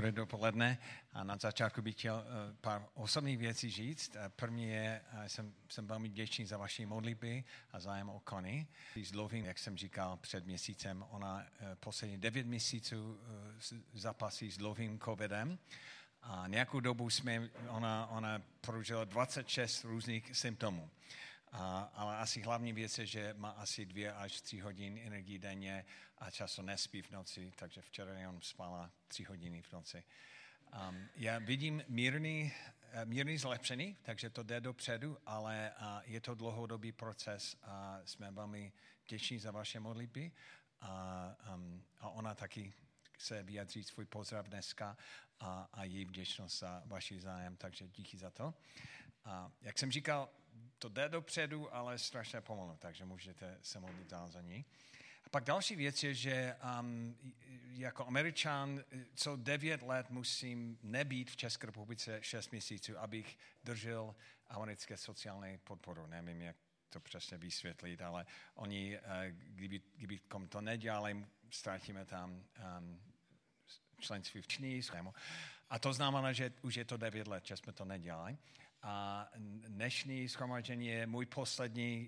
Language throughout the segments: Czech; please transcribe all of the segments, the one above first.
Dobré dopoledne. A na začátku bych chtěl pár osobních věcí říct. První je, jsem velmi vděčný za vaši modlitby a zájem o Connie. S dlouhým, jak jsem říkal před měsícem, ona poslední 9 měsíců zápasí s dlouhým covidem. A nějakou dobu ona prožila 26 různých symptomů. Ale asi hlavní věc je, že má asi 2 až 3 hodiny energii denně a často nespí v noci, takže včera on spala 3 hodiny v noci. Já vidím mírný zlepšení, takže to jde dopředu, ale je to dlouhodobý proces a jsme velmi vděční za vaše modlitby a ona taky se vyjadří svůj pozdrav dneska a její vděčnost za vaši zájem, takže díky za to. Jak jsem říkal, to jde dopředu, ale strašně pomalu, takže můžete se modlit dál za ní. A pak další věc je, že jako Američan co 9 let musím nebýt v České republice 6 měsíců, abych držel americké sociální podporu. Nevím, jak to přesně vysvětlit, ale oni, kdybychom to nedělali, ztratíme tam členství v systému. A to znamená, že už je to 9 let, že jsme to nedělali. A dnešní shromáždění je můj poslední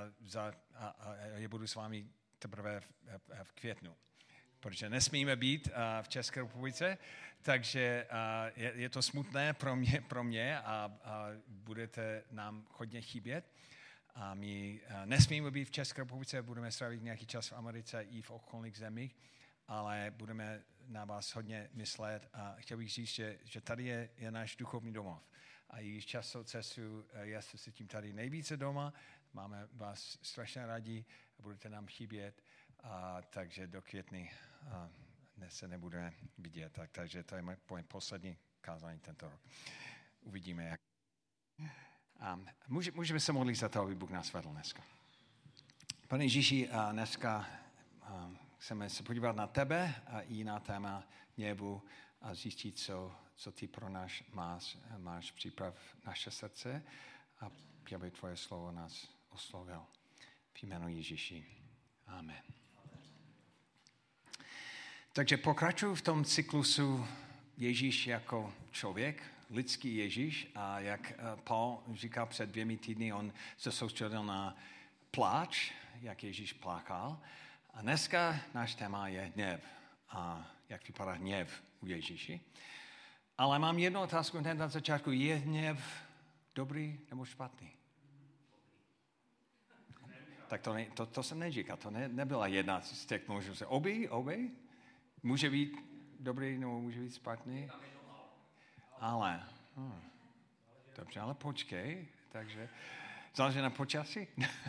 já budu s vámi teprve v květnu, protože nesmíme být v České republice, takže je to smutné pro mě a budete nám hodně chybět. A my nesmíme být v České republice, budeme strávit nějaký čas v Americe i v okolních zemích, ale budeme na vás hodně myslet a chtěl bych říct, že tady je náš duchovní domov. A i často cestu, já se cítím tady nejvíce doma, máme vás strašně rádi a budete nám chybět, takže do květny se nebudeme vidět. Takže to je moje poslední kázání tento rok. Uvidíme, jak. Můžeme se modlit za to, aby Bůh nás vedl dneska. Pane Ježíši, dneska chceme se podívat na tebe a i na téma hněvu a zjistit, co ty pro nás máš připrav naše srdce a aby tvoje slovo nás oslovil. V jménu Ježíši. Amen. Takže pokračuju v tom cyklusu Ježíš jako člověk, lidský Ježíš, a jak Paul říkal před 2 týdny, on se soustředil na pláč, jak Ježíš plakal. A dneska náš téma je hněv. A jak vypadá hněv u Ježíši. Ale mám jednu otázku hned na začátku. Je hněv dobrý nebo špatný? Tak to jsem neříkal. To nebyla jedna z těch možností. Obě? Může být dobrý nebo může být špatný? Ale. Dobře, ale počkej. Takže záleží na počasí?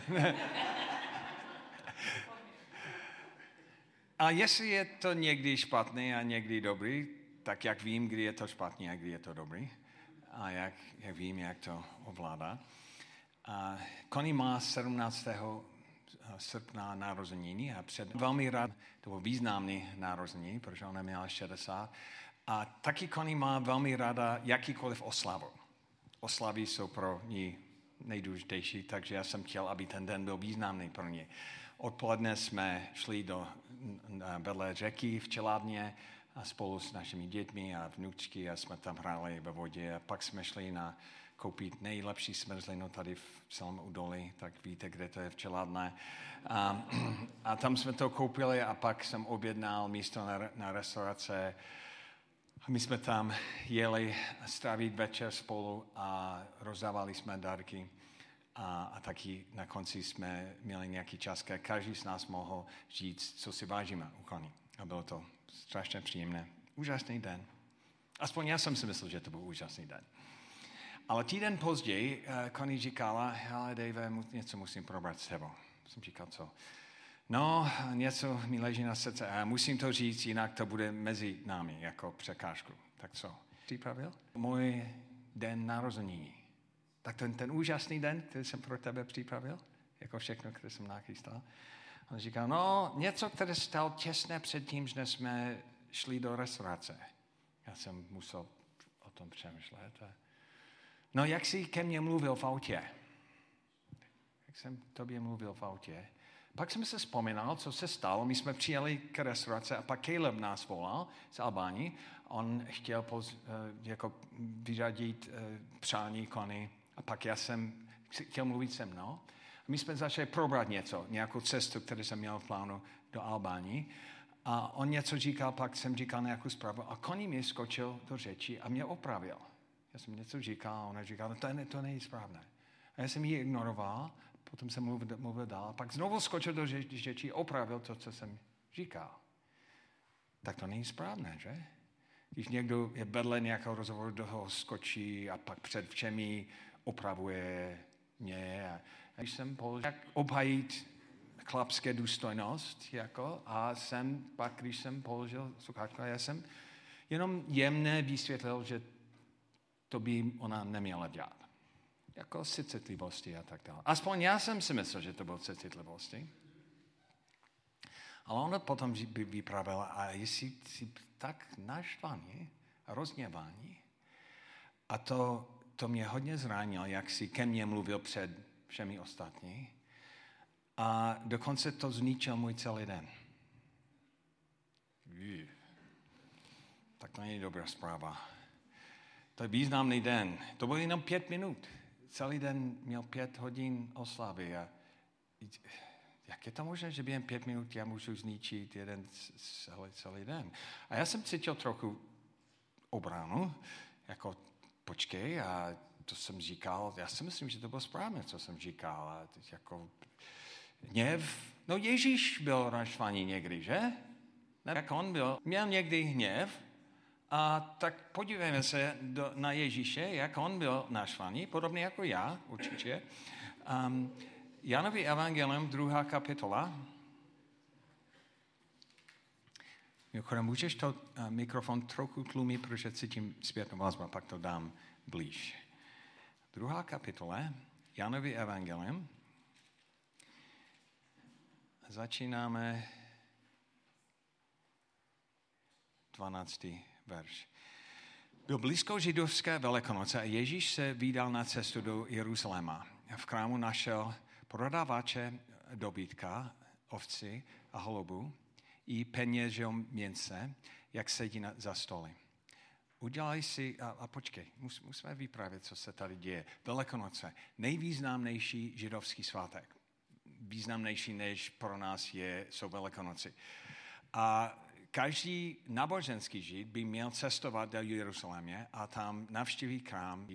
A jestli je to někdy špatný a někdy dobrý, tak jak vím, kdy je to špatný a kdy je to dobrý. A jak vím, jak to ovládá. Connie má 17. srpna narozeniny a před velmi rád, to bylo významný narozeniny, protože ona měla 60. A taky Connie má velmi ráda jakýkoliv oslavu. Oslavy jsou pro ní nejdůležitější, takže já jsem chtěl, aby ten den byl významný pro ně. Odpoledne jsme šli vedle řeky v Čeládně a spolu s našimi dětmi a vnučky a jsme tam hráli ve vodě. A pak jsme šli koupit nejlepší smrzlinu tady v celém údolí, tak víte, kde to je v Čeládné. A tam jsme to koupili a pak jsem objednal místo na restaurace. A my jsme tam jeli strávit večer spolu a rozdávali jsme dárky. A taky na konci jsme měli nějaký čas, každý z nás mohl říct, co si vážíme u Connie. A bylo to strašně příjemné. Úžasný den. Aspoň já jsem si myslel, že to byl úžasný den. Ale týden později Connie říkala, hele Dave, něco musím probrat s tebou. Jsem říkal, co? No, něco mi leží na srdce a musím to říct, jinak to bude mezi námi jako překážku. Tak co? Připravil? Můj den narozeniny. Tak ten úžasný den, který jsem pro tebe připravil, jako všechno, které jsem nachystal. On říkal, no, něco, které stalo těsně před tím, že jsme šli do restaurace. Já jsem musel o tom přemýšlet. No, jak jsi ke mně mluvil v autě? Jak jsem tobě mluvil v autě? Pak jsem se vzpomínal, co se stalo. My jsme přijeli k restauraci a pak Caleb nás volal z Albánii. On chtěl jako vyřadit přání Connie a pak já jsem chtěl mluvit se mnou. My jsme začali probrat nějakou cestu, kterou jsem měl v plánu do Albánii. A on něco říkal, pak jsem říkal nějakou zprávu a Connie mi skočil do řeči a mě opravil. Já jsem něco říkal a ona říkala, to není správné. A já jsem ji ignoroval, potom jsem mluvil dál a pak znovu skočil do řeči a opravil to, co jsem říkal. Tak to není správné, že? Když někdo je vedle nějakého rozhovoru, do toho skočí a pak před všemi opravuje mě. A když jsem položil, jak obhajit chlapské důstojnost, a když jsem položil sluchátka, já jsem jenom jemně vysvětlil, že to by ona neměla dělat. Jako citlivosti a tak dále. Aspoň já jsem si myslel, že to bylo citlivosti. Ale ona potom by vyprávěla, a jestli jsi tak naštvaný a rozněvaný, a to mě hodně zranilo, jak si ke mně mluvil před všemi ostatní, a dokonce to zničil můj celý den. Tak to není dobrá zpráva. To je významný den. To bylo jenom 5 minut. Celý den měl 5 hodin oslavy. A jak je to možné, že během 5 minut já můžu zničit jeden celý den? A já jsem cítil trochu obranu, jako počkej, a to jsem říkal, já si myslím, že to bylo správně, co jsem říkal. A jako hněv, no Ježíš byl naštvaný někdy, že? Jak on měl někdy hněv, a tak podívejme se na Ježíše, jak on byl naštvaný, podobně jako já, určitě. Janovi evangelium, 2. kapitola. Mimochodem, můžeš to mikrofon trochu tlumit, protože cítím zpětnou vazbu, pak to dám blíž. 2. kapitola, Janovi evangelium. Začínáme 12. verš. Byl blízko židovské Velikonoce a Ježíš se vydal na cestu do Jeruzaléma. V chrámu našel prodavače dobytka, ovci a holubu i peněžního měnce, jak sedí za stoly. Udělali si, a počkej, musíme vyprávět, co se tady děje. Velikonoce, nejvýznamnější židovský svátek. Významnější, než pro nás jsou Velikonoci. A každý náboženský žid by měl cestovat do Jeruzalémě a tam navštívit chrám,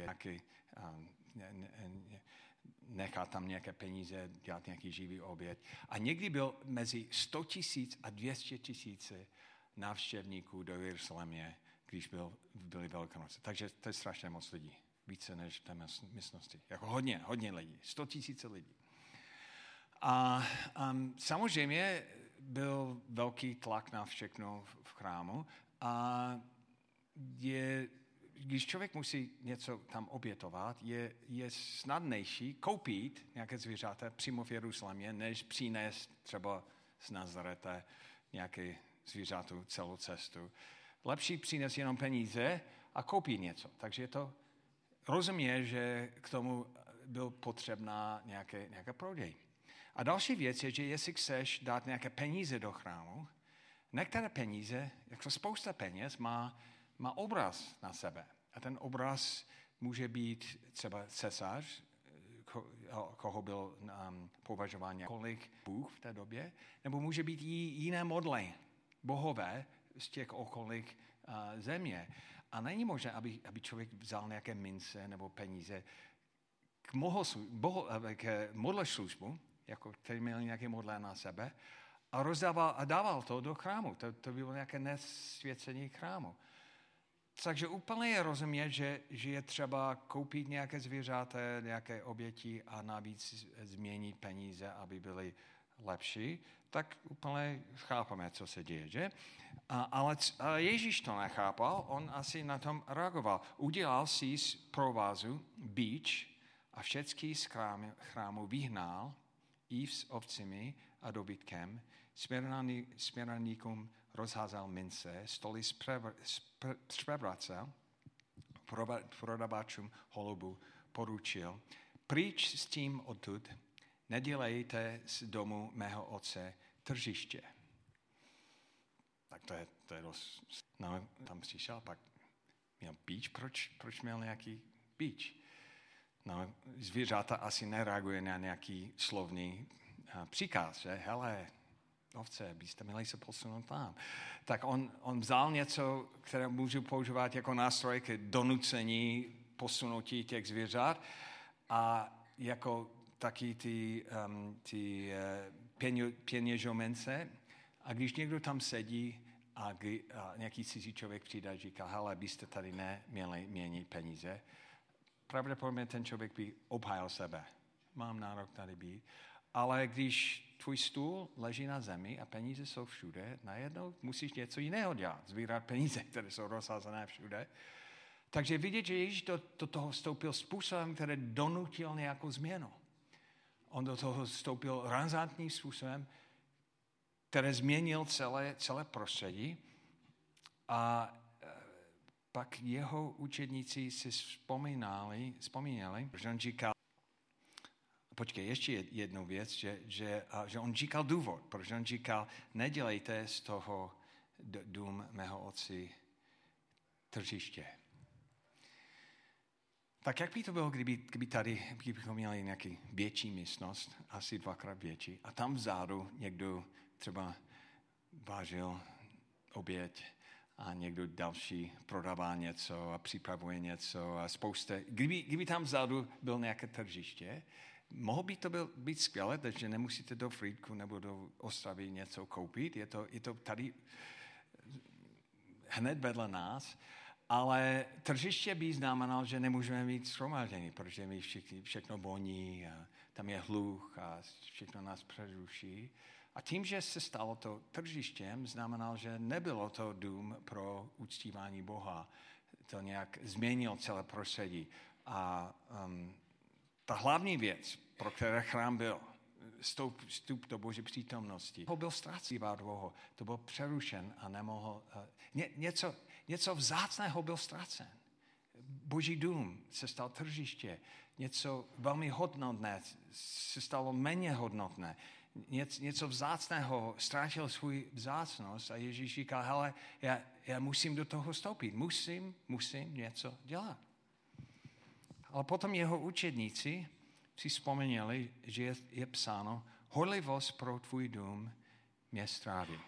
nechat tam nějaké peníze, dělat nějaký živý oběd. A někdy byl mezi 100 000 a 200 000 návštěvníků do Jeruzalémě, když byly Velikonoce. Takže to je strašně moc lidí. Více než v té místnosti. Jako hodně lidí. 100 000 lidí. A samozřejmě byl velký tlak na všechno v chrámu a když člověk musí něco tam obětovat, je snadnější koupit nějaké zvířata přímo v Jeruzalémě, než přinést třeba z Nazareta nějaké zvířatu celou cestu. Lepší přinést jenom peníze a koupit něco. Takže je to rozumí, že k tomu byl potřebná nějaká prodej. A další věc je, že jestli chceš dát nějaké peníze do chrámu, některé peníze, jako spousta peněz, má obraz na sebe. A ten obraz může být třeba císař, koho byl považován kolik bůh v té době, nebo může být i jiné modly, bohové z těch okolních země. A není možné, aby člověk vzal nějaké mince nebo peníze k modloslužbu, jako který měl nějaké modlé na sebe, a rozdával a dával to do chrámu. To bylo nějaké nesvěcení chrámu. Takže úplně je rozumět, že je třeba koupit nějaké zvířata, nějaké oběti a navíc změnit peníze, aby byly lepší, tak úplně chápeme, co se děje, že? Ale Ježíš to nechápal, on asi na tom reagoval. Udělal si z provazu bič a všechny z chrámu vyhnal i s ovcemi a dobytkem, směrníkům rozházel mince, stoly převracel, prodavačům holubu poručil. Pryč s tím odtud, nedělejte z domu mého otce tržiště. Tak to je dost... No, tam přišel, pak měl bič. Proč měl nějaký bič? No, zvířata asi nereaguje na nějaký slovný příkaz, že? Hele, ovce, byste měli se posunout tam. Tak on vzal něco, které můžu používat jako nástroj k donucení posunutí těch zvířat a jako taky ty peněžomence. A když někdo tam sedí a nějaký cizí člověk přijde a říká, hele, byste tady neměli měnit peníze, pravděpodobně ten člověk by obhájil sebe. Mám nárok tady být. Ale když tvůj stůl leží na zemi a peníze jsou všude, najednou musíš něco jiného dělat. Sbírat peníze, které jsou rozházené všude. Takže vidět, že Ježíš do toho vstoupil způsobem, který donutil nějakou změnu. On do toho vstoupil razantním způsobem, který změnil celé prostředí. A pak jeho učedníci si vzpomínali, že on říkal, ještě jednu věc, že on říkal důvod, protože on říkal, nedělejte z toho dům mého otce tržiště. Tak jak by to bylo, kdybychom měli nějaký větší místnost, asi 2x větší, a tam vzadu někdo třeba vážil oběd a někdo další prodává něco a připravuje něco a kdyby tam vzadu byl nějaké tržiště, mohlo by to být skvělé, takže nemusíte do Frýdku nebo do Ostravy něco koupit, je to tady hned vedle nás, ale tržiště by znamenalo, že nemůžeme mít shromáždění, protože my všechno voní a tam je hluk a všechno nás přeruší. A tím, že se stalo to tržištěm, znamenalo, že nebylo to dům pro uctívání Boha. To nějak změnilo celé prostředí. A ta hlavní věc, pro které chrám byl, vstup do Boží přítomnosti, to byl ztracený dlouho, to byl přerušen a nemohl... Něco vzácného byl ztracen. Boží dům se stal tržiště. Něco velmi hodnotné se stalo méně hodnotné. Něco vzácného ztratil svůj vzácnost a Ježíš říká, hele, já musím do toho vstoupit. Musím něco dělat. Ale potom jeho učedníci si vzpomněli, že je psáno, horlivost pro tvůj dům mě stráví.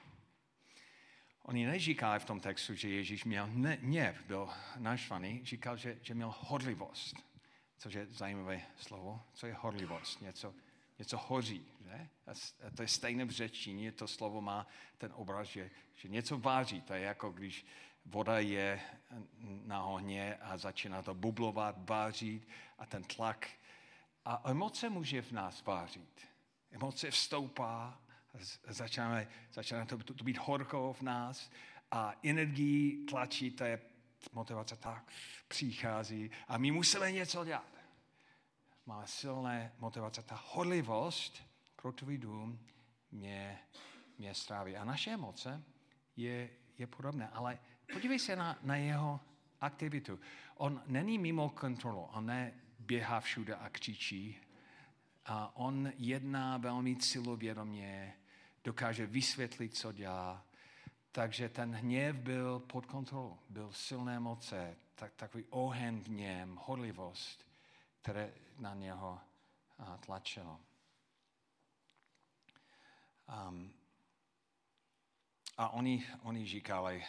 Oni neříkali v tom textu, že Ježíš měl hněv, byl naštvaný, říkal, že měl horlivost. Což je zajímavé slovo. Co je horlivost? Něco hoří. Že? A to je stejné v řečtině, to slovo má ten obraz, že něco váří. To je jako když voda je na ohně a začíná to bublovat, vářit a ten tlak. A emoce může v nás vářit. Emoce vstoupá, začíná to být horko v nás a energii tlačí, to je motivace tak, přichází a my musíme něco dělat. Má silné motivace, ta horlivost pro tvůj dům mě stráví. A naše emoce je podobné, ale podívej se na jeho aktivitu. On není mimo kontrolu, on neběhá všude a křičí. A on jedná velmi cílevědomě, dokáže vysvětlit, co dělá. Takže ten hněv byl pod kontrolou, byl silné emoce, takový oheň v něm, horlivost, které na něho tlačilo. A oni říkali,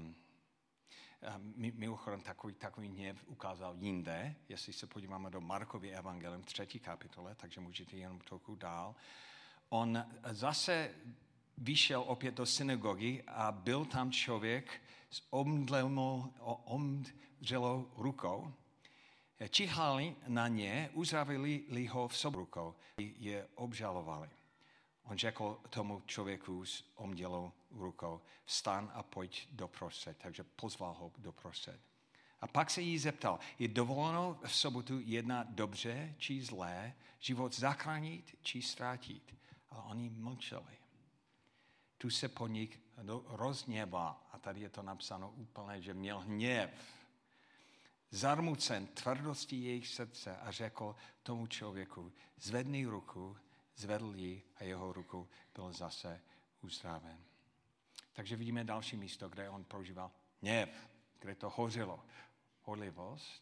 mimochodem takový hněv ukázal jinde, jestli se podíváme do Markovy evangelium 3. kapitole, takže můžete jenom trochu dál. On zase vyšel opět do synagogy a byl tam člověk s omdřelou rukou. Čihali na ně, uzdravili ho v sobotu rukou, je obžalovali. On řekl tomu člověku s omdřelou rukou, vstan a pojď doprostřed. Takže pozval ho doprostřed. A pak se jí zeptal, je dovoleno v sobotu jednat dobře či zlé, život zachránit či ztratit. Ale oni mlčeli. Tu se po nich rozhněval. A tady je to napsáno úplně, že měl hněv. Zarmucen tvrdostí jejich srdce a řekl tomu člověku, zvedni ruku, zvedl ji a jeho ruku byl zase uzdraven. Takže vidíme další místo, kde on prožíval hněv, kde to hořilo, horlivost.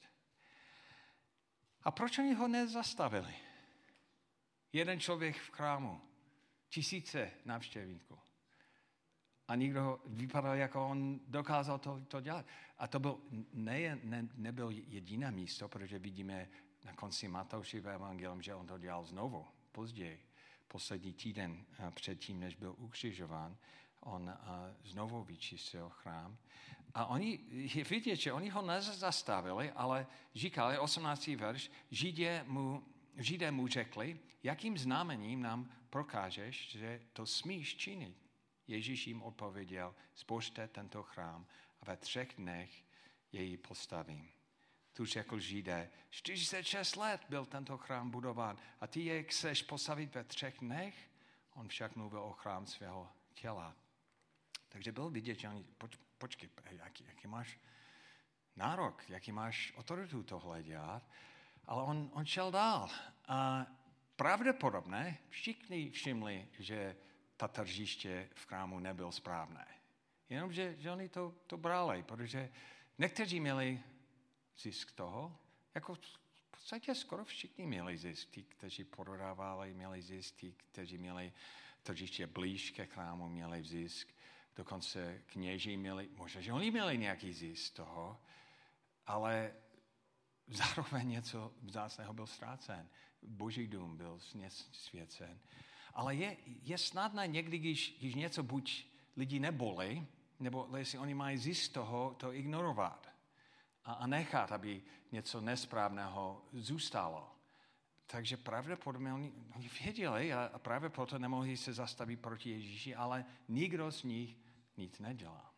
A proč oni ho nezastavili? Jeden člověk v chrámu, tisíce návštěvníků. A nikdo vypadal, jako on dokázal to dělat. A to byl, nebyl jediné místo, protože vidíme na konci Matoušova evangelium, že on to dělal znovu, později. Poslední týden předtím, než byl ukřižován, on znovu vyčistil chrám. A oni, vidět, že oni ho nezastavili, ale říkali, 18. verš, Židé mu řekli, jakým znamením nám prokážeš, že to smíš činit. Ježíš jim odpověděl, zbořte tento chrám a ve 3 dnech jej postavím. Tu řekl Židé, 46 let byl tento chrám budován a ty jej chceš postavit ve 3 dnech? On však mluvil o chrám svého těla. Takže bylo vidět, že oni, počkej, jaký máš nárok, jaký máš autoritu tohle dělat, ale on šel dál. A pravděpodobně všichni všimli, že ta tržiště v chrámu nebyl správné. Jenomže že oni to brali, protože někteří měli zisk toho, jako v podstatě skoro všichni měli zisk. Ti, kteří prodávali, měli zisk, ti, kteří měli tržiště blíž ke chrámu, měli zisk. Dokonce kněží měli, možná, že oni měli nějaký zisk toho, ale zároveň něco vzácného byl ztrácen. Boží dům byl svěcen. Ale je snadné někdy, když něco buď lidi nebolí, nebo jestli oni mají zisk toho, to ignorovat a nechat, aby něco nesprávného zůstalo. Takže pravděpodobně oni věděli a právě proto nemohli se zastavit proti Ježíši, ale nikdo z nich nic nedělá.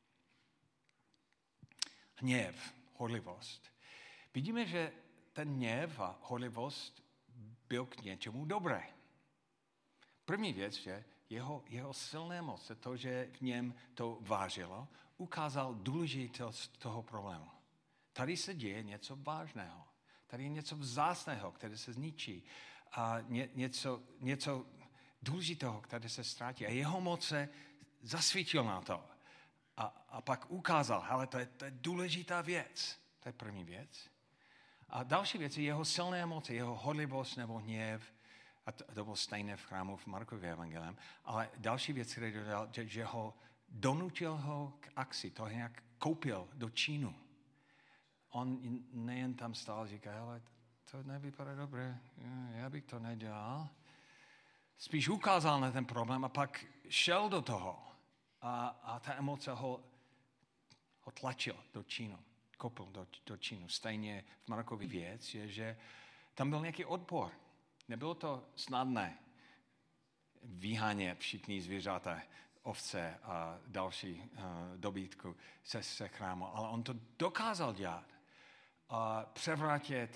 Hněv, horlivost. Vidíme, že ten hněv a horlivost byl k něčemu dobré. První věc, že jeho silné moc, to, že v něm to vážilo, ukázal důležitost toho problému. Tady se děje něco vážného. Tady je něco vzácného, které se zničí. A něco důležitého, které se ztratí. A jeho moc se zasvítil na to. A pak ukázal, ale to je důležitá věc. To je první věc. A další věc je jeho silné moci, jeho horlivost nebo hněv. A to bylo stejné v chrámu v Markově evangelium. Ale další věc, který dodal, že ho donutil ho k akci, to nějak koupil do činu. On nejen tam stál, říká, ale to nevypadá dobře, já bych to nedělal. Spíš ukázal na ten problém a pak šel do toho. A ta emoce ho tlačil do činu, koupil do činu. Stejně v Markově věc je, že tam byl nějaký odpor. Nebylo to snadné vyhánět všichni zvířata, ovce a další dobytku se chrámu, ale on to dokázal dělat. A převrátit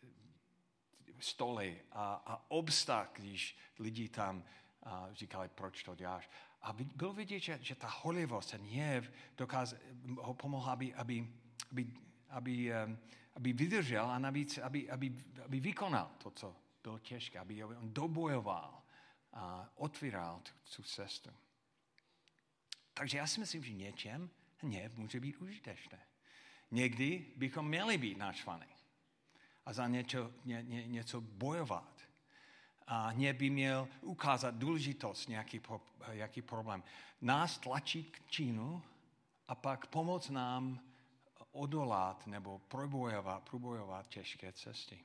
stoly a obstát, když lidi tam říkali, proč to děláš. A bylo vidět, že ta horlivost, ten hněv ho pomohla, aby vydržel a navíc, aby vykonal to, co bylo těžké, aby on dobojoval a otvíral tu cestu. Takže já si myslím, že něčem hněv může být užitečné. Někdy bychom měli být naštvaní a za něco bojovat. A hněv by měl ukázat důležitost nějaký problém. Nás tlačit k činu a pak pomoct nám odolat nebo probojovat těžké cesty.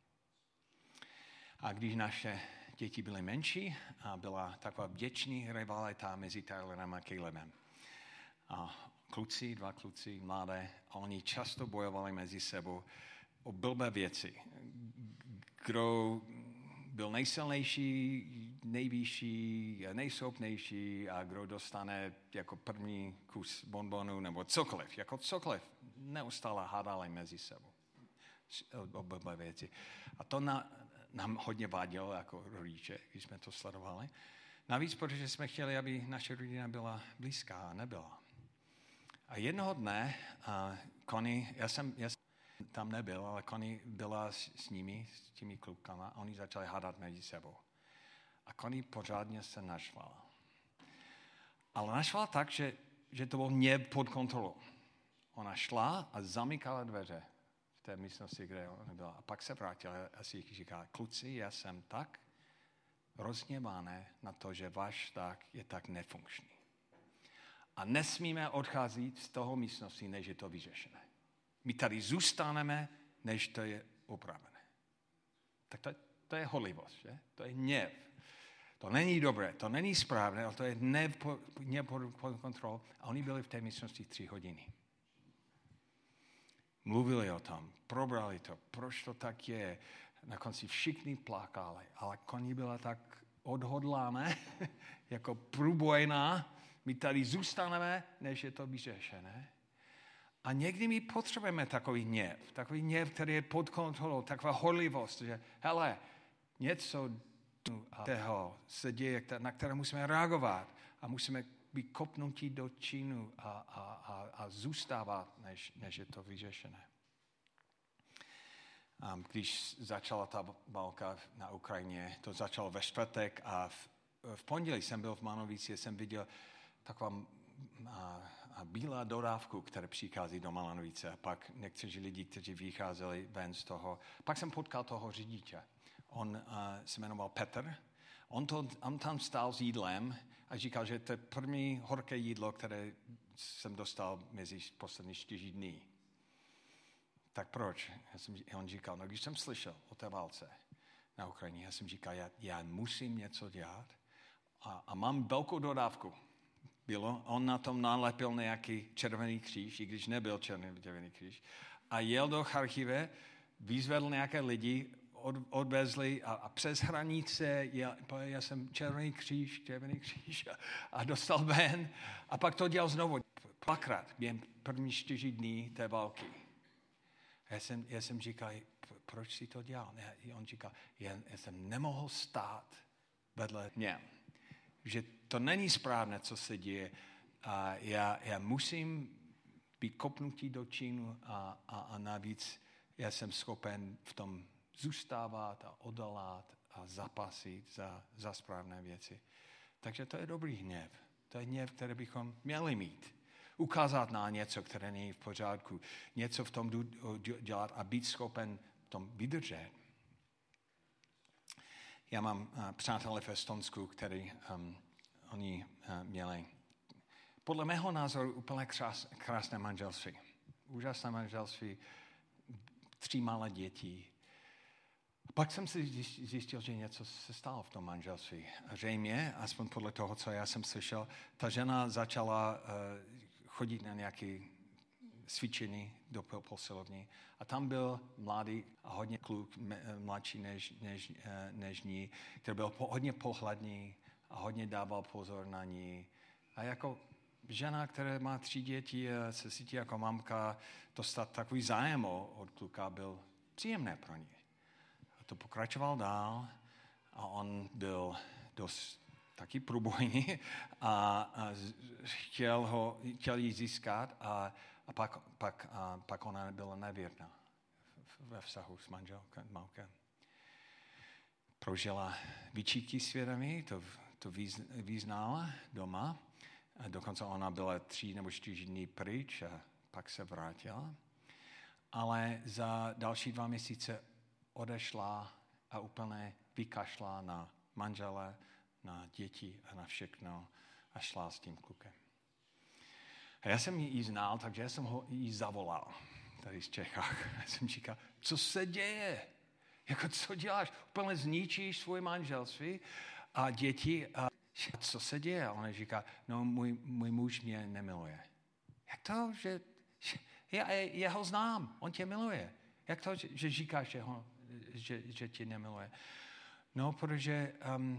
A když naše děti byly menší, a byla taková vděčný rivalita mezi Tylerem a Calebem. A dva kluci, mladé, a oni často bojovali mezi sebou o blbé věci. Kdo byl nejsilnější, nejvyšší, nejschopnější a kdo dostane jako první kus bonbonu nebo cokoliv. Jako cokoliv. Neustále hádali mezi sebou o blbé věci. A to nám hodně vadilo jako rodiče, když jsme to sledovali. Navíc, protože jsme chtěli, aby naše rodina byla blízká a nebyla. A jednoho dne Connie, já jsem tam nebyl, ale Connie byla s nimi, s těmi klukama a oni začali hádat mezi sebou. A Connie pořádně se naštvala. Ale naštvala tak, že to bylo mě pod kontrolou. Ona šla a zamykala dveře v té místnosti, kde ona byla. A pak se vrátila a si říká, kluci, já jsem tak rozhněvaný na to, že váš vztah je tak nefunkční. A nesmíme odcházet z toho místnosti, než je to vyřešené. My tady zůstaneme, než to je upravené. Tak to je horlivost, že? To je hněv. To není dobré, to není správné, ale to je hněv pod kontrolou. A oni byli v té místnosti 3 hodiny. Mluvili o tom, probrali to, proč to tak je. Na konci všichni plakali, ale Connie byla tak odhodlána, jako průbojná. My tady zůstaneme, než je to vyřešené. A někdy my potřebujeme takový hněv, který je pod kontrolou, taková horlivost, že hele, něco toho se děje, na které musíme reagovat a musíme být kopnutí do činu a zůstávat, než je to vyřešené. Když začala ta válka na Ukrajině, to začalo ve čtvrtek a v pondělí jsem byl v Manovici, jsem viděl taková bílá dodávku, která přichází do Malanovice. A pak někteří lidi, kteří vycházeli ven z toho. Pak jsem potkal toho řidiče. On se jmenoval Petr. On tam stál s jídlem a říkal, že to je první horké jídlo, které jsem dostal mezi poslední 4 dny. Tak proč? On říkal, no když jsem slyšel o té válce na Ukrajině, já jsem říkal, já musím něco dělat a mám velkou dodávku. On na tom nalepil nějaký červený kříž, i když nebyl červený kříž. A jel do Charkive, vyzvedl nějaké lidi, odvezli a přes hranice, já jsem červený kříž a dostal ven. A pak to dělal znovu, 2krát, během první 4 dní té války. Já jsem říkal, proč si to dělal? On říkal, já jsem nemohl stát vedle něm. Že to není správné, co se děje. A já musím být kopnutý do činu a navíc já jsem schopen v tom zůstávat a odolat a zapasit za správné věci. Takže to je dobrý hněv. To je hněv, který bychom měli mít. Ukázat na něco, které není v pořádku. Něco v tom dělat a být schopen v tom vydržet. Já mám přátelé v Estonsku, který oni měli podle mého názoru úplně krásné manželství. Úžasné manželství, 3 malé děti. Pak jsem si zjistil, že něco se stalo v tom manželství. Zřejmě, aspoň podle toho, co já jsem slyšel, ta žena začala chodit na nějaké cvičení do posilovny a tam byl mladý a hodně kluk, mladší než ní, který byl hodně pohledný a hodně dával pozor na ní. A jako žena, která má 3 děti a se cítí jako mamka, dostat takový zájem od kluka byl příjemné pro ní. A to pokračoval dál a on byl dost taky průbojný a chtěl ji získat a pak ona byla nevěrná ve vztahu s manželkou. Prožila výčitky svědomí, to vyznala doma. A dokonce ona byla 3 nebo 4 dny pryč a pak se vrátila. Ale za další 2 měsíce odešla a úplně vykašla na manžele, na děti a na všechno a šla s tím klukem. A já jsem ji znal, takže já jsem jí zavolal tady z Čechách. Já jsem říkal, co se děje? Jako co děláš? Úplně zničíš svůj manželství a děti a co se děje? A ona říká, no můj muž mě nemiluje. Jak to, že já ho znám, on tě miluje. Jak to, že říkáš, že tě nemiluje? No, protože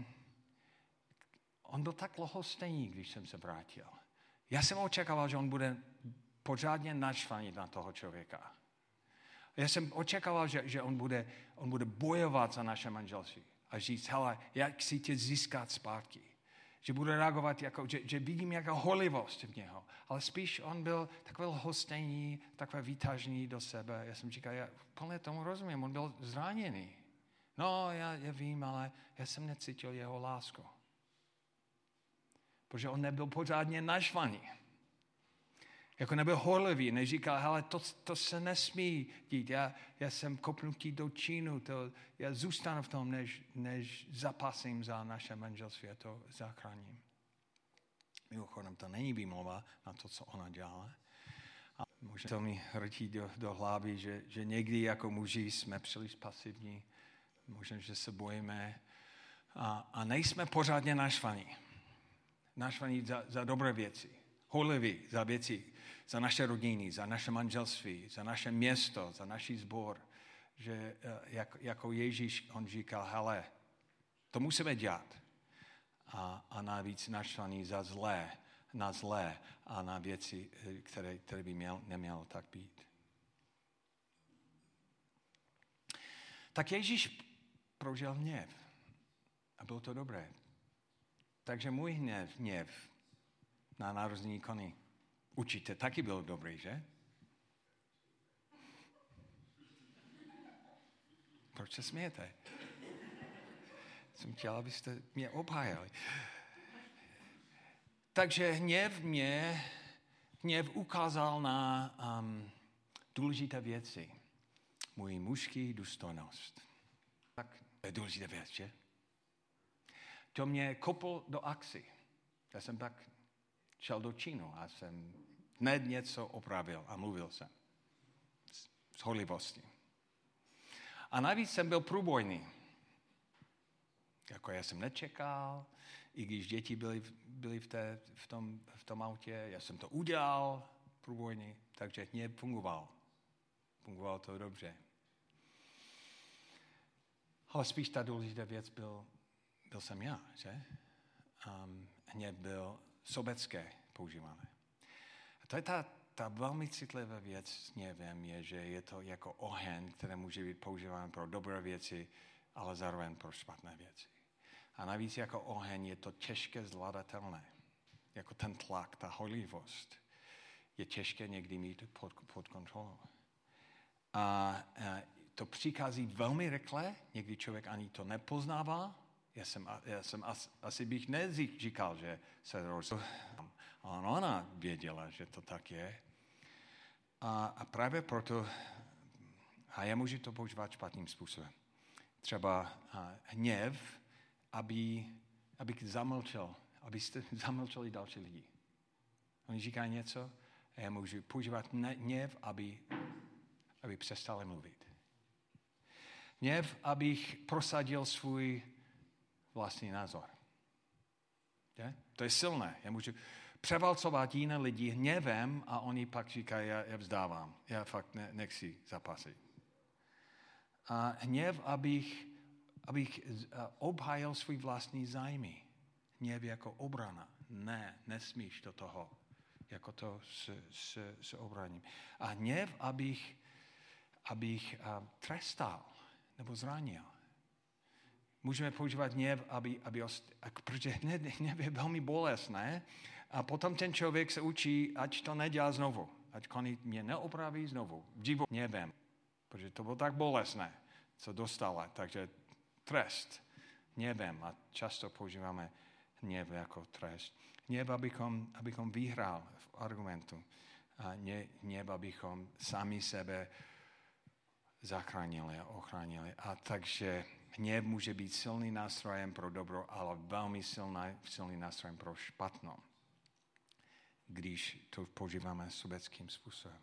on byl tak lhostejný, když jsem se vrátil. Já jsem očekával, že on bude pořádně naštvaný na toho člověka. Já jsem očekával, že on bude bojovat za naše manželství a říct, hele, jak si tě získat zpátky. Že bude reagovat, jako, že vidím jako horlivost v něho. Ale spíš on byl takový lhostejný, takový výtažný do sebe. Já jsem říkal, já plně tomu rozumím, on byl zraněný. No, já vím, ale já jsem necítil jeho lásku. Protože on nebyl pořádně naštvaný. Jako nebyl horlivý, neříkal, hele, to se nesmí dít, já jsem kopnutý do čínu, já zůstanu v tom, než zapasím za naše manželství a to zachráním. Mimochodem, to není výmluva na to, co ona dělá. A možná to mi hrtí do hlavy, že někdy jako muži jsme příliš pasivní, možná, že se bojíme a nejsme pořádně naštvaní. Naštvaní za dobré věci. Horliví za věci, za naše rodiny, za naše manželství, za naše město, za náš sbor. Že jako Ježíš, on říkal, hele, to musíme dělat. A navíc naštvaný za zlé, na zlé a na věci, které by nemělo tak být. Tak Ježíš prožil hněv. A bylo to dobré. Takže můj hněv na narození Kony určitě taky byl dobrý, že? Proč se smějete? Jsem chtěl, abyste mě obhájili. Takže hněv ukázal na důležité věci. Můj mužský důstojnost. Tak to je důležitá věc, že? To mě kopl do akci. Já jsem tak šel do činu a jsem hned něco opravil a mluvil jsem. S horlivostí. A navíc jsem byl průbojný. Jako já jsem nečekal, i když děti byly v tom autě, já jsem to udělal průbojný, takže hněv fungoval. Fungovalo to dobře. Ale spíš ta důležitá věc byl jsem já, že? Hněv byl sobecké používané. A to je ta velmi citlivá věc s hněvem, je, že je to jako oheň, který může být používán pro dobré věci, ale zároveň pro špatné věci. A navíc jako oheň je to těžké zvládatelné. Jako ten tlak, ta horlivost je těžké někdy mít pod kontrolou. A to přichází velmi rychle, někdy člověk ani to nepoznává. Já jsem asi bych neříkal, že se rozhodl. Ale ona věděla, že to tak je. A právě proto, a já můžu to používat špatným způsobem. Třeba hněv, abych zamlčel, abyste zamlčeli další lidi. Oni říkají něco a já můžu používat hněv, aby přestali mluvit. Hněv, abych prosadil svůj vlastní názor. Je? To je silné. Já můžu převalcovat jiné lidi hněvem a oni pak říkají, já vzdávám. Já fakt nechci zapasit. A hněv, abych obhájil svůj vlastní zájmy. Hněv jako obrana. Ne, nesmíš do toho. Jako to s obraním. A hněv, abych trestal nebo zranil. Můžeme používat hněv, protože hněv je velmi bolestné a potom ten člověk se učí, ať to nedělá znovu. Ať mě neopraví znovu. Hněvem, protože to bylo tak bolestné, co dostala. Takže trest hněvem a často používáme hněv jako trest. Hněv, abychom vyhrál v argumentu. A hněv, abychom sami sebe zachránili a ochránili. A takže hněv může být silným nástrojem pro dobro, ale velmi silným nástrojem pro špatno, když to používáme sobeckým způsobem.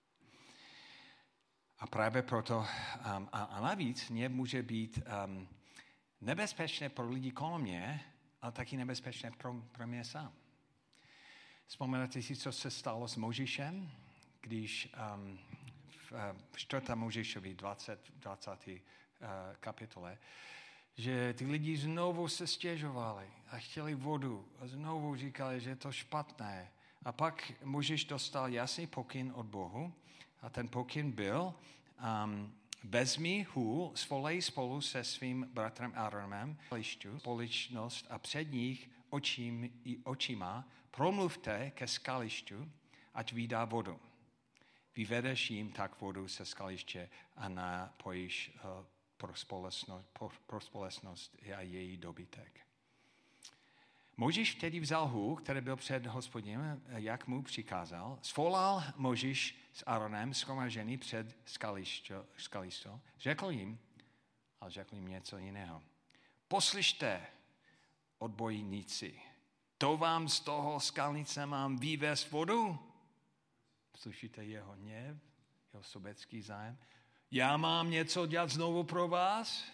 A právě proto, a navíc hněv může být nebezpečné pro lidi kolem mě, ale taky nebezpečné pro mě sám. Vzpomenete si, co se stalo s Mojžíšem, když v 4. Mojžíšovi 20. kapitole, že ty lidi znovu se stěžovali a chtěli vodu a znovu říkali, že je to špatné. A pak Mojžíš dostal jasný pokyn od Bohu a ten pokyn byl vezmi hůl, svolej spolu se svým bratrem Áronem společnost a před nich očima promluvte ke skališťu, ať vydá vodu. Vyvedeš jim tak vodu se skaliště a napojíš pro společnost a její dobytek. Mojžíš vtedy vzal hůl, který byl před Hospodinem, jak mu přikázal, svolal Mojžíš s Aaronem shromažděný před skalištěm, řekl jim něco jiného. Poslyšte, odbojníci, to vám z toho skalnice mám vyvést vodu? Slyšíte jeho hněv, jeho sobecký zájem? Já mám něco dělat znovu pro vás?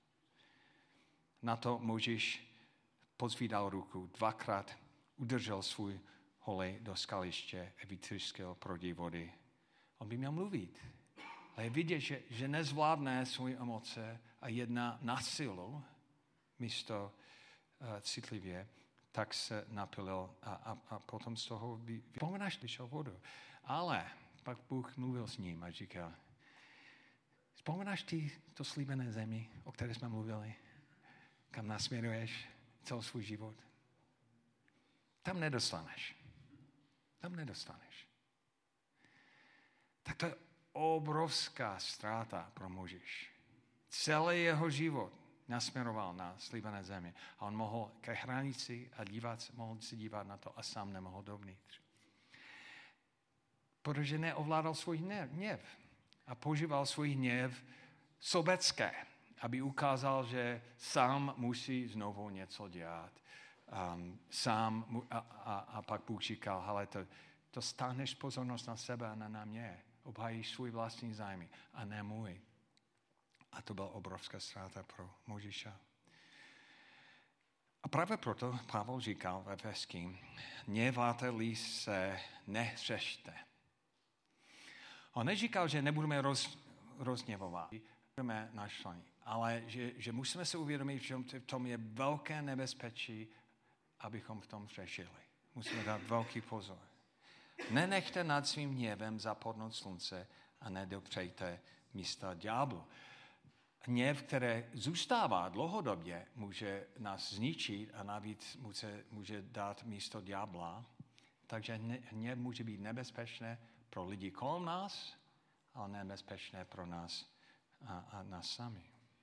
Na to Mojžíš pozvídal ruku, dvakrát udržel svůj holej do skaliště a vytryskal proti vody. On by měl mluvit. Ale je vidět, že nezvládne svoje emoce a jedná na silu, místo citlivě, tak se napilil a potom z toho vzpomínáš, vyšel vodu. Ale pak Bůh mluvil s ním a říkal, vzpomínáš ty to slíbené zemi, o které jsme mluvili, kam nasměruješ celý svůj život? Tam nedostaneš. Tak to je obrovská ztráta pro Mojžíš. Celý jeho život nasměroval na slíbené země. A on mohl ke hranici a mohl se dívat na to a sám nemohl dovnitř. Protože neovládal svůj hněv a používal svůj hněv sobecké, aby ukázal, že sám musí znovu něco dělat. A pak Bůh říkal, hele, to stáhneš pozornost na sebe a na mě. Obhájíš svůj vlastní zájmy a ne můj. A to byla obrovská ztráta pro Mojžíša. A právě proto Pavel říkal ve Efeským, hněváte-li se, nehřešte. On neříkal, že nebudeme rozhněvovat, budeme naštvaní, ale že musíme se uvědomit, že v tom je velké nebezpečí, abychom v tom řešili. Musíme dát velký pozor. Nenechte nad svým hněvem zapadnout slunce a nedopřejte místa ďáblu. Hněv, který zůstává dlouhodobě, může nás zničit a navíc může dát místo ďábla. Takže hněv může být nebezpečné pro lidi kolem nás, ale nebezpečné pro nás a nás sami.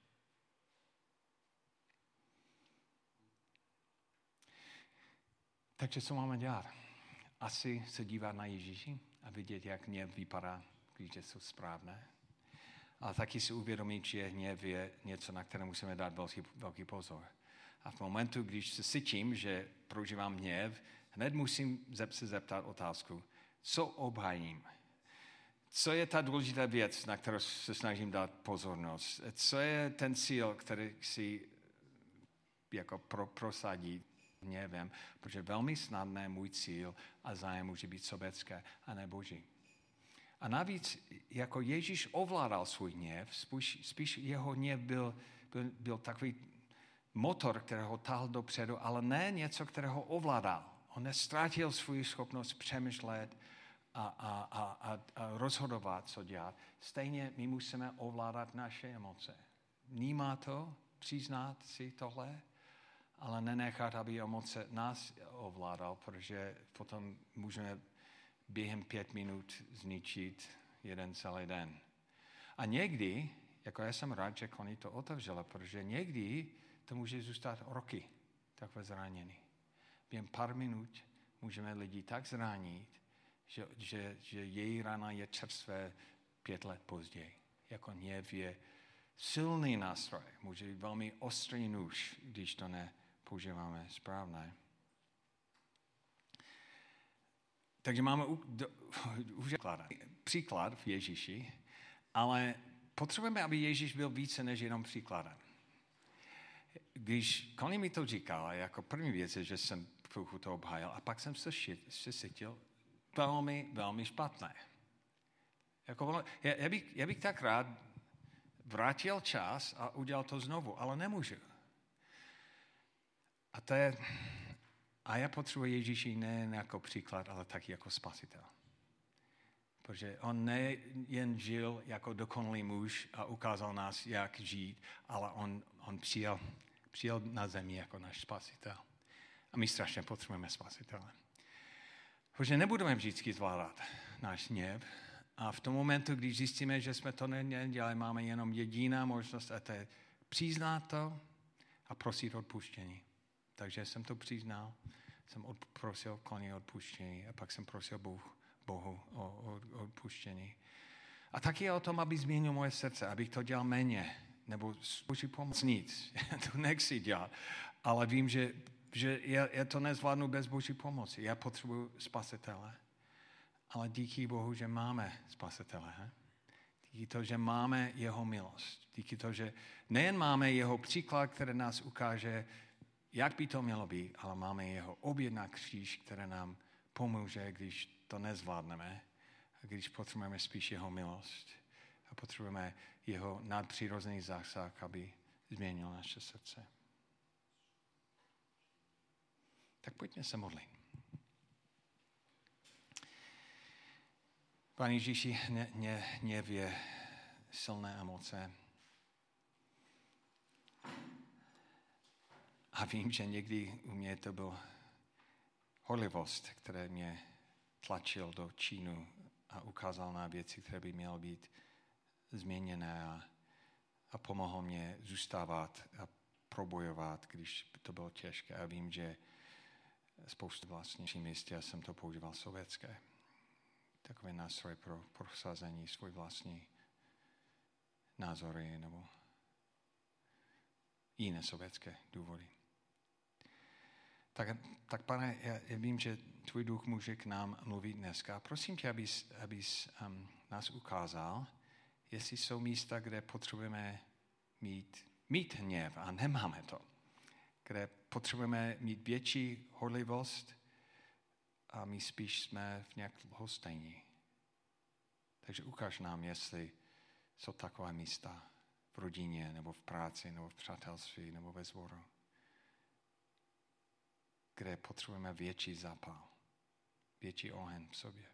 Takže co máme dělat? Asi se dívat na Ježíši a vidět, jak hněv vypadá, když jsou správné. Ale taky si uvědomit, že hněv je něco, na které musíme dát velký pozor. A v momentu, když se cítím, že prožívám hněv, hned musím se zeptat otázku, co obhájím? Co je ta důležitá věc, na kterou se snažím dát pozornost? Co je ten cíl, který si jako prosadí hněvem? Protože velmi snadné můj cíl a zájem může být sobecké a ne boží. A navíc, jako Ježíš ovládal svůj hněv, spíš jeho hněv byl takový motor, který ho táhl dopředu, ale ne něco, kterého ovládal. On neztratil svou schopnost přemýšlet a rozhodovat, co dělat. Stejně my musíme ovládat naše emoce. Vnímá to, přiznat si tohle, ale nenechat, aby emoce nás ovládal, protože potom můžeme během 5 minut zničit jeden celý den. A někdy, jako já jsem rád, že Connie to otevřela, protože někdy to může zůstat roky, takové zranění. Během pár minut můžeme lidi tak zranit, že její rana je čerstvé 5 let později. Jako hněv je silný nástroj, může být velmi ostrý nůž, když to nepoužíváme správně. Takže máme už příklad v Ježíši, ale potřebujeme, aby Ježíš byl více než jenom příkladem. Když Connie mi to říkala, jako první věc je, že jsem trochu to obhájil a pak jsem se cítil velmi, velmi špatné. Jako, já bych tak rád vrátil čas a udělal to znovu, ale nemůžu. A já potřebuji Ježíši nejen jako příklad, ale taky jako spasitel. Protože on nejen žil jako dokonalý muž a ukázal nás, jak žít, ale on přijel na zemi jako náš spasitel. A my strašně potřebujeme spasitele. Protože nebudeme vždycky zvládat náš hněv A v tom momentu, když zjistíme, že jsme to nedělali, máme jenom jediná možnost, a to je přiznat to a prosit odpuštění. Takže jsem to přiznal, jsem prosil Connie odpuštění a pak jsem prosil Bohu o odpuštění. A taky je o tom, aby změnil moje srdce, abych to dělal méně, nebo s Boží pomoc nic. To nechci dělat. Ale vím, že já to nezvládnu bez Boží pomoci. Já potřebuji spasitele. Ale díky Bohu, že máme spasitele. Díky to, že máme jeho milost. Díky to, že nejen máme jeho příklad, který nás ukáže, jak by to mělo být, ale máme jeho oběd na kříž, které nám pomůže, když to nezvládneme. A když potřebujeme spíš jeho milost. A potřebujeme jeho nadpřirozený zásah, aby změnil naše srdce. Tak pojďme se modlit. Pane Ježíši, hněv silné emoce. A vím, že někdy u mě to byl horlivost, která mě tlačil do činu a ukázal na věci, které by měly být změněné a pomohl mě zůstávat a probojovat, když to bylo těžké. A vím, že spoustu vlastních míst já jsem to používal sovětské. Takové nástroje pro prosazení svůj vlastní názory nebo jiné sovětské důvody. Tak pane, já vím, že tvůj duch může k nám mluvit dneska. Prosím tě, abys nás ukázal, jestli jsou místa, kde potřebujeme mít hněv a nemáme to. Kde potřebujeme mít větší horlivost a my spíš jsme v nějak lhostejní. Takže ukáž nám, jestli jsou taková místa v rodině, nebo v práci, nebo v přátelství, nebo ve sboru, kde potřebujeme větší zápal, větší oheň v sobě.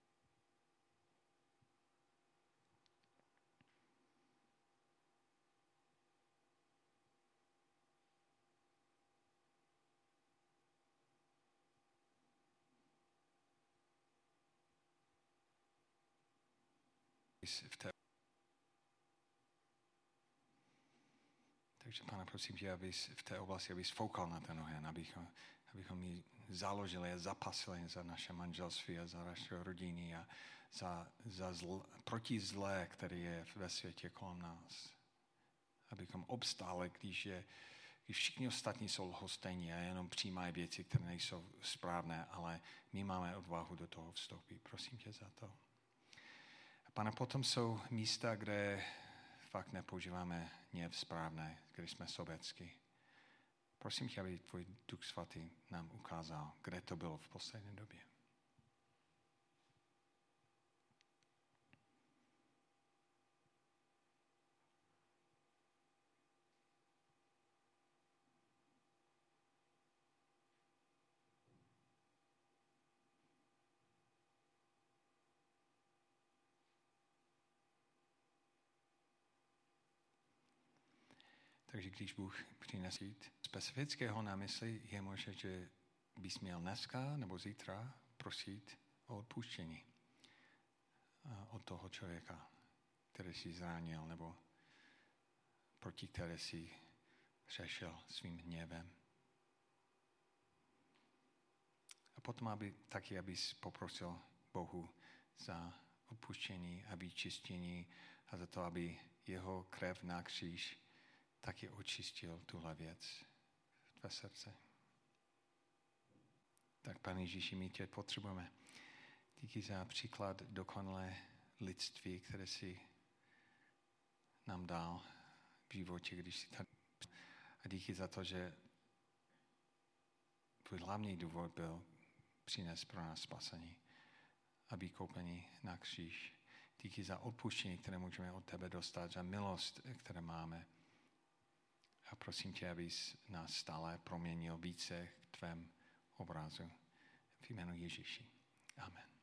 Takže, Pane, prosím tě, abys v té oblasti foukal na ten oheň, abychom ji založili a zapasili za naše manželství a za naše rodiny a proti zlé, který je ve světě kolem nás. Abychom obstáli, když všichni ostatní jsou lhostejní a jenom přijímají věci, které nejsou správné, ale my máme odvahu do toho vstoupit. Prosím tě za to. A Pane, potom jsou místa, kde fakt nepoužíváme hněv správné, kde jsme sobecky. Prosím tě, aby tvůj Duch Svatý nám ukázal, kde to bylo v poslední době. Takže když Bůh přinese specifického na mysli, je možné, že bys měl dneska nebo zítra prosit o odpuštění od toho člověka, který jsi zranil nebo proti které jsi řešil svým hněvem. A potom abys poprosil Bohu za odpuštění a vyčištění a za to, aby jeho krev na kříž taky očistil tuhle věc v tvé srdce. Tak, Pane Ježíši, my tě potřebujeme. Díky za příklad dokonalé lidství, které jsi nám dal v životě, když jsi tady. A díky za to, že tvůj hlavní důvod byl přinést pro nás spasení a vykoupení na kříž. Díky za odpuštění, které můžeme od tebe dostat, za milost, které máme. A prosím tě, abys nás stále proměnil více k tvém obrazu. V jménu Ježíši. Amen.